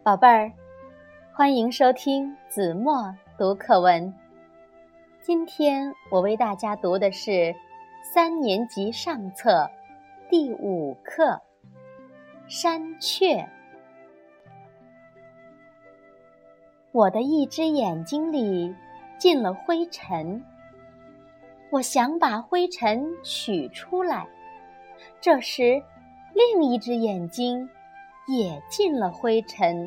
宝贝儿，欢迎收听子墨读课文。今天我为大家读的是3年级上册第5课《山雀》。我的一只眼睛里进了灰尘，我想把灰尘取出来，这时另一只眼睛也进了灰尘。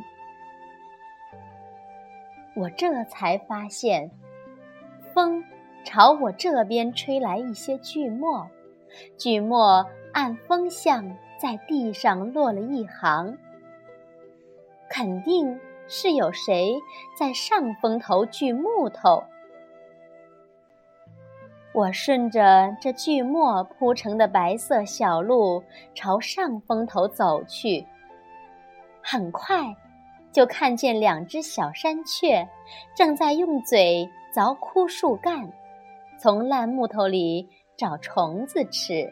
我这才发现，风朝我这边吹来一些锯末，锯末按风向在地上落了一行，肯定是有谁在上风头锯木头。我顺着这锯末铺成的白色小路朝上风头走去，很快就看见2只小山雀正在用嘴凿枯树干，从烂木头里找虫子吃。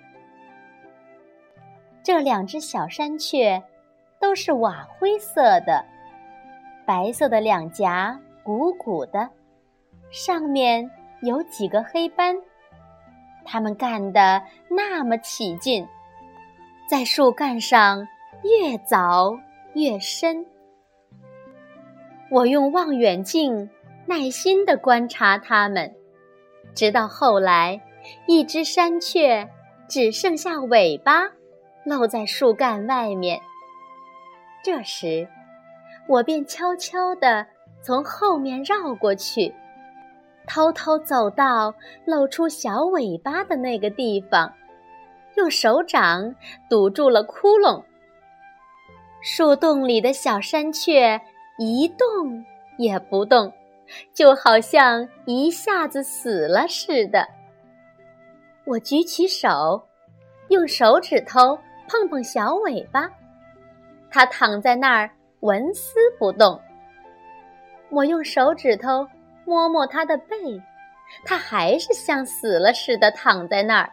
这2只小山雀都是瓦灰色的，白色的两颊鼓鼓的，上面有几个黑斑。它们干得那么起劲，在树干上越凿越深。我用望远镜耐心地观察它们，直到后来，一只山雀只剩下尾巴露在树干外面。这时，我便悄悄地从后面绕过去，偷偷走到露出小尾巴的那个地方，用手掌堵住了窟窿。树洞里的小山雀一动也不动，就好像一下子死了似的。我举起手，用手指头碰碰小尾巴，它躺在那儿纹丝不动。我用手指头摸摸它的背，它还是像死了似的躺在那儿。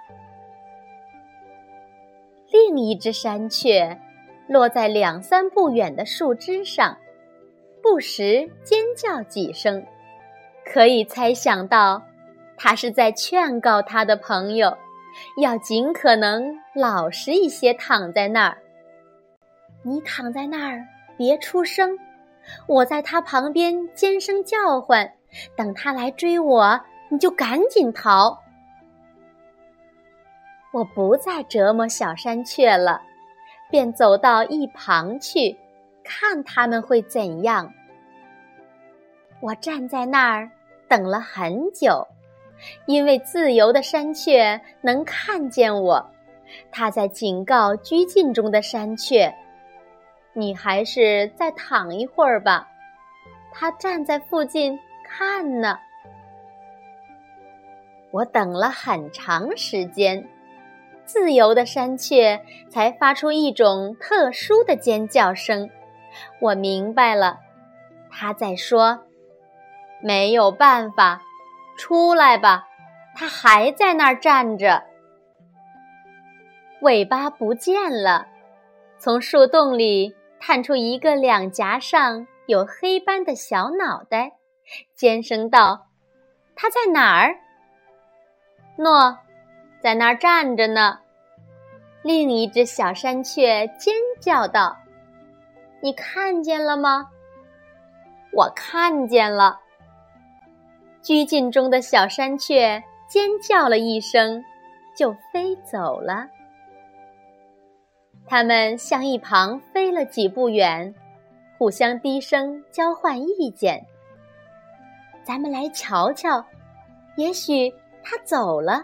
另一只山雀落在2-3步远的树枝上，不时尖叫几声，可以猜想到它是在劝告它的朋友要尽可能老实一些躺在那儿。你躺在那儿别出声，我在它旁边尖声叫唤，等它来追我，你就赶紧逃。我不再折磨小山雀了，便走到一旁去，看它们会怎样。我站在那儿等了很久，因为自由的山雀能看见我，它在警告拘禁中的山雀，你还是再躺一会儿吧。它站在附近看呢。我等了很长时间，自由的山雀才发出一种特殊的尖叫声。我明白了，它在说，没有办法，出来吧，它还在那儿站着。尾巴不见了，从树洞里探出一个两颊上有黑斑的小脑袋，尖声道，它在哪儿？喏，在那儿站着呢。另一只小山雀尖叫道，你看见了吗？我看见了。拘禁中的小山雀尖叫了一声，就飞走了。它们向一旁飞了几步远，互相低声交换意见。咱们来瞧瞧，也许它走了。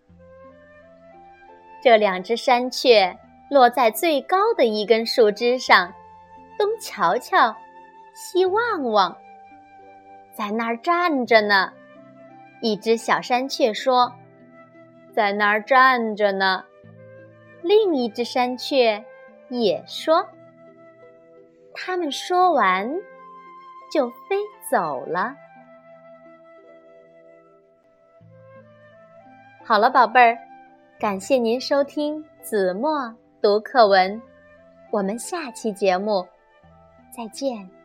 这2只山雀落在最高的一根树枝上，东瞧瞧，西望望，在那儿站着呢。一只小山雀说，在那儿站着呢。另一只山雀也说。它们说完就飞走了。好了，宝贝儿，感谢您收听子墨读课文，我们下期节目再见。